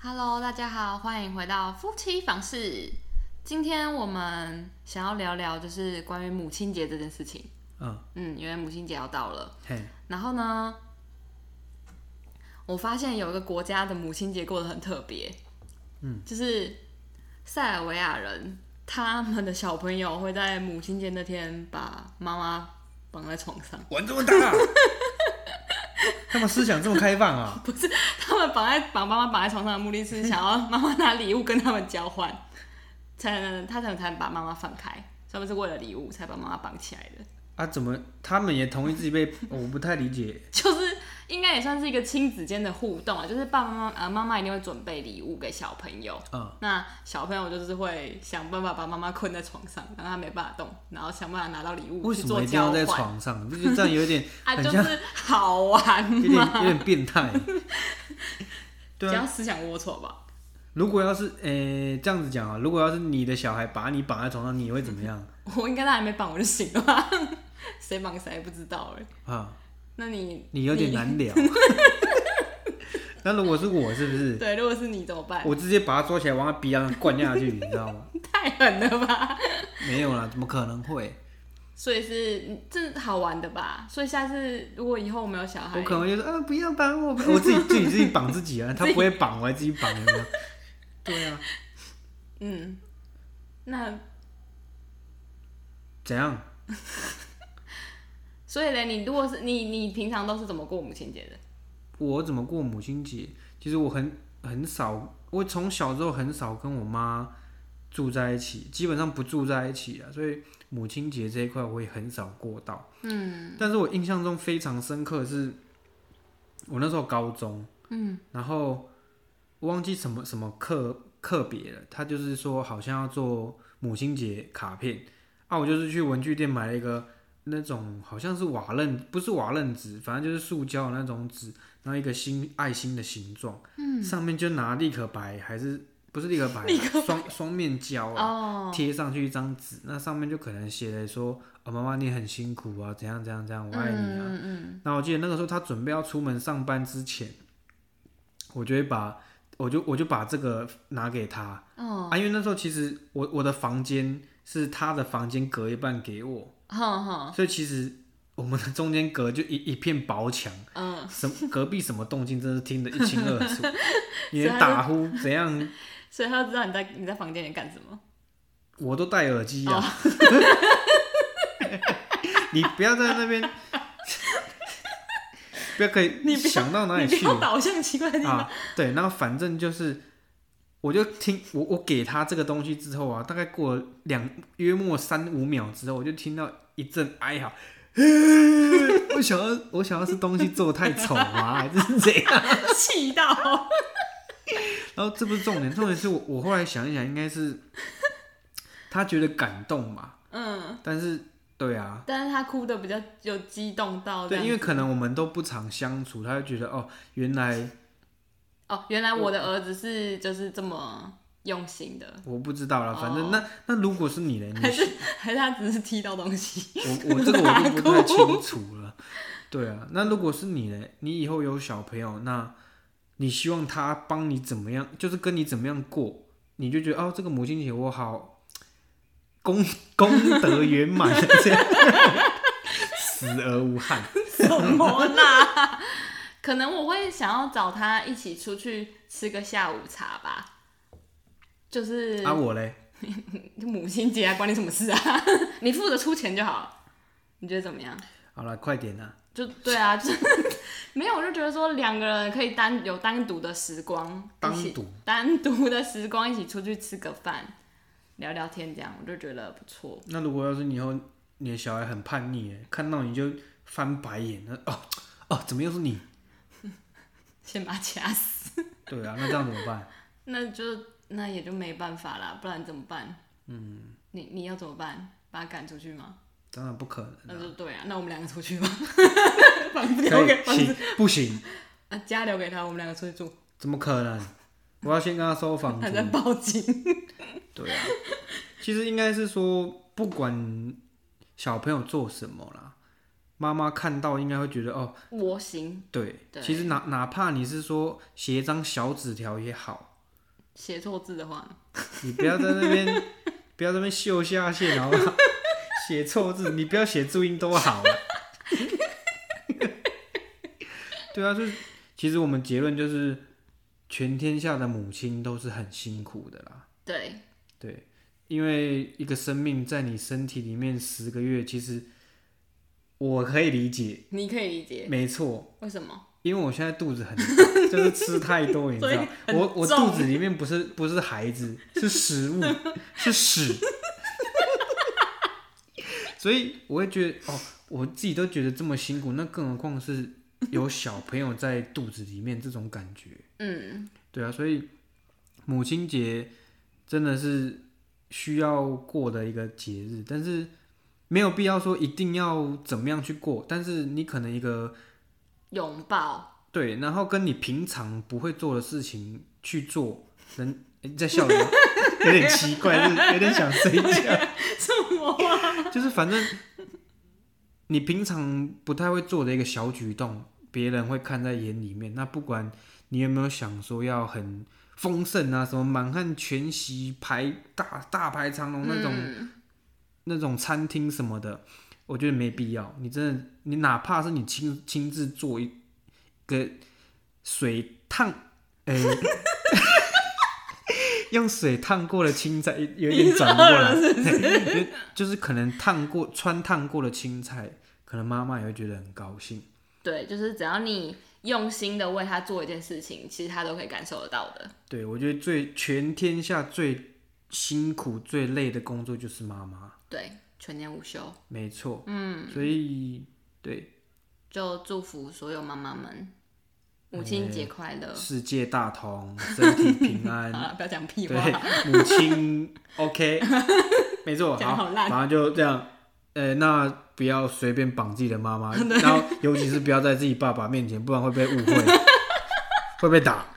Hello， 大家好，欢迎回到夫妻房事。今天我们想要聊聊就是关于母亲节这件事情。因为母亲节要到了。然后呢，我发现有一个国家的母亲节过得很特别。就是塞尔维亚人，他们的小朋友会在母亲节那天把妈妈绑在床上。 玩这么大、啊？他们思想这么开放啊？ 不是，他们把妈妈绑在床上的目的是想要妈妈拿礼物跟他们交换，才能把妈妈放开。他们是为了礼物才把妈妈绑起来的。 啊，怎么他们也同意自己被？我不太理解。 就是应该也算是一个亲子间的互动啊，就是妈妈一定会准备礼物给小朋友。那小朋友就是会想办法把妈妈困在床上，让他没办法动，然后想办法拿到礼物去做交换。 为什么一定要在床上？就这样有点就是好玩嘛， 有点变态。 对啊，比较思想龌龊吧。 如果要是这样子讲啊，如果要是你的小孩把你绑在床上，你会怎么样？ 我应该他还没绑我就醒了吧？谁绑谁不知道那你有点难聊。那如果是我，是不是？ 对，如果是你怎么办？ 我直接把他抓起来，往他鼻梁灌下去，你知道吗？ 太狠了吧？ 没有啦，怎么可能会？ 所以这好玩的吧？所以下次如果以后我们有小孩， 我可能就说不要绑我，我自己绑自己啊。他不会绑，我还自己绑，有没有？对啊。 那怎样？ 所以呢，你如果是你平常都是怎么过母亲节的？ 我怎么过母亲节？其实我很少，我从小之后很少跟我妈住在一起，基本上不住在一起啊，所以母亲节这一块我也很少过到。但是我印象中非常深刻的是，我那时候高中，然后我忘记什么课别了，他就是说好像要做母亲节卡片啊，我就是去文具店买了一个那种好像是不是瓦楞纸，反正就是塑胶的那种纸，然后一个爱心的形状，上面就拿立可白还是不是立可白，双面胶贴上去一张纸，那上面就可能写了说妈妈你很辛苦啊，怎样怎样怎样，我爱你啊。那我记得那个时候他准备要出门上班之前，我就把这个拿给他因为那时候其实我的房间是他的房间隔一半给我，所以其实我们的中间隔就一片薄墙，隔壁什么动静真是听得一清二楚，你的打呼怎样？ 所以他就知道你在房间里干什么。 我都戴耳机啊，你不要在那边，不要可以想到哪里去， 你不要导向奇怪的地方。 对，然后反正就是。我就听我给他这个东西之后啊，大概过了约莫3-5秒之后，我就听到一阵哀嚎。我想要是东西做得太丑吗？还是怎样？ 气到。 然后这不是重点，重点是我后来想一想，应该是他觉得感动吧。但是对啊。 但是他哭的比较有激动到。 对，因为可能我们都不常相处，他就觉得原来我的儿子是就是这么用心的。 我不知道啦，反正那如果是你呢？ 还是他只是踢到东西？ 我这个我就不太清楚了。对啊，那如果是你呢？你以后有小朋友，那你希望他帮你怎么样？就是跟你怎么样过？你就觉得这个母亲节我好功德圆满，这样死而无憾。 什么啦？可能我会想要找他一起出去吃个下午茶吧，就是我嘞， 母亲节关你什么事啊？你负责出钱就好，你觉得怎么样？ 好了，快点啊！ 对啊，就没有，我就觉得说2个人可以有单独的时光，单独的时光一起出去吃个饭，聊聊天，这样我就觉得不错。 那如果要是以后你的小孩很叛逆，看到你就翻白眼，怎么又是你？ 先把他掐死。 对啊，那这样怎么办？ 那也就没办法啦，不然怎么办？你要怎么办？把他赶出去吗？ 当然不可能。 那就对啊，那我们2个出去吧。 不行。 家留给他，我们2个出去住。 怎么可能？我要先跟他收房租。 还在报警。 对啊，其实应该是说，不管小朋友做什么啦。妈妈看到应该会觉得我行。 对，其实哪怕你是说写一张小纸条也好， 写错字的话呢？ 你不要在那边秀下限，好不好？写错字，你不要写注音都好了。对啊，就是其实我们结论就是，全天下的母亲都是很辛苦的啦。对，因为一个生命在你身体里面10个月，其实我可以理解， 你可以理解， 没错。 为什么？ 因为我现在肚子很大，就是吃太多，你知道，我肚子里面不是孩子，是食物，是屎，所以我会觉得我自己都觉得这么辛苦，那更何况是有小朋友在肚子里面这种感觉。对啊，所以母亲节真的是需要过的一个节日，但是没有必要说一定要怎么样去过，但是你可能一个拥抱， 对，然后跟你平常不会做的事情去做，你在笑什么？有点奇怪，有点想睡觉。 什么啊？ 就是反正你平常不太会做的一个小举动，别人会看在眼里面。那不管你有没有想说要很丰盛啊，什么满汉全席大排长龙那种餐厅什么的，我觉得没必要。你哪怕是你亲自做一个水烫，用水烫过的青菜，有点转不过来，就是可能穿烫过的青菜，可能妈妈也会觉得很高兴。 对，就是只要你用心的为他做一件事情，其实他都可以感受得到的。 对，我觉得全天下最辛苦、最累的工作就是妈妈。 对，全年无休。 没错。所以对， 就祝福所有妈妈们。母亲节快乐， 世界大同，身体平安。 好了，不要讲屁话。 对，母亲 OK， 没错，好，马上就这样。那不要随便绑自己的妈妈，然后尤其是不要在自己爸爸面前，不然会被误会，会被打。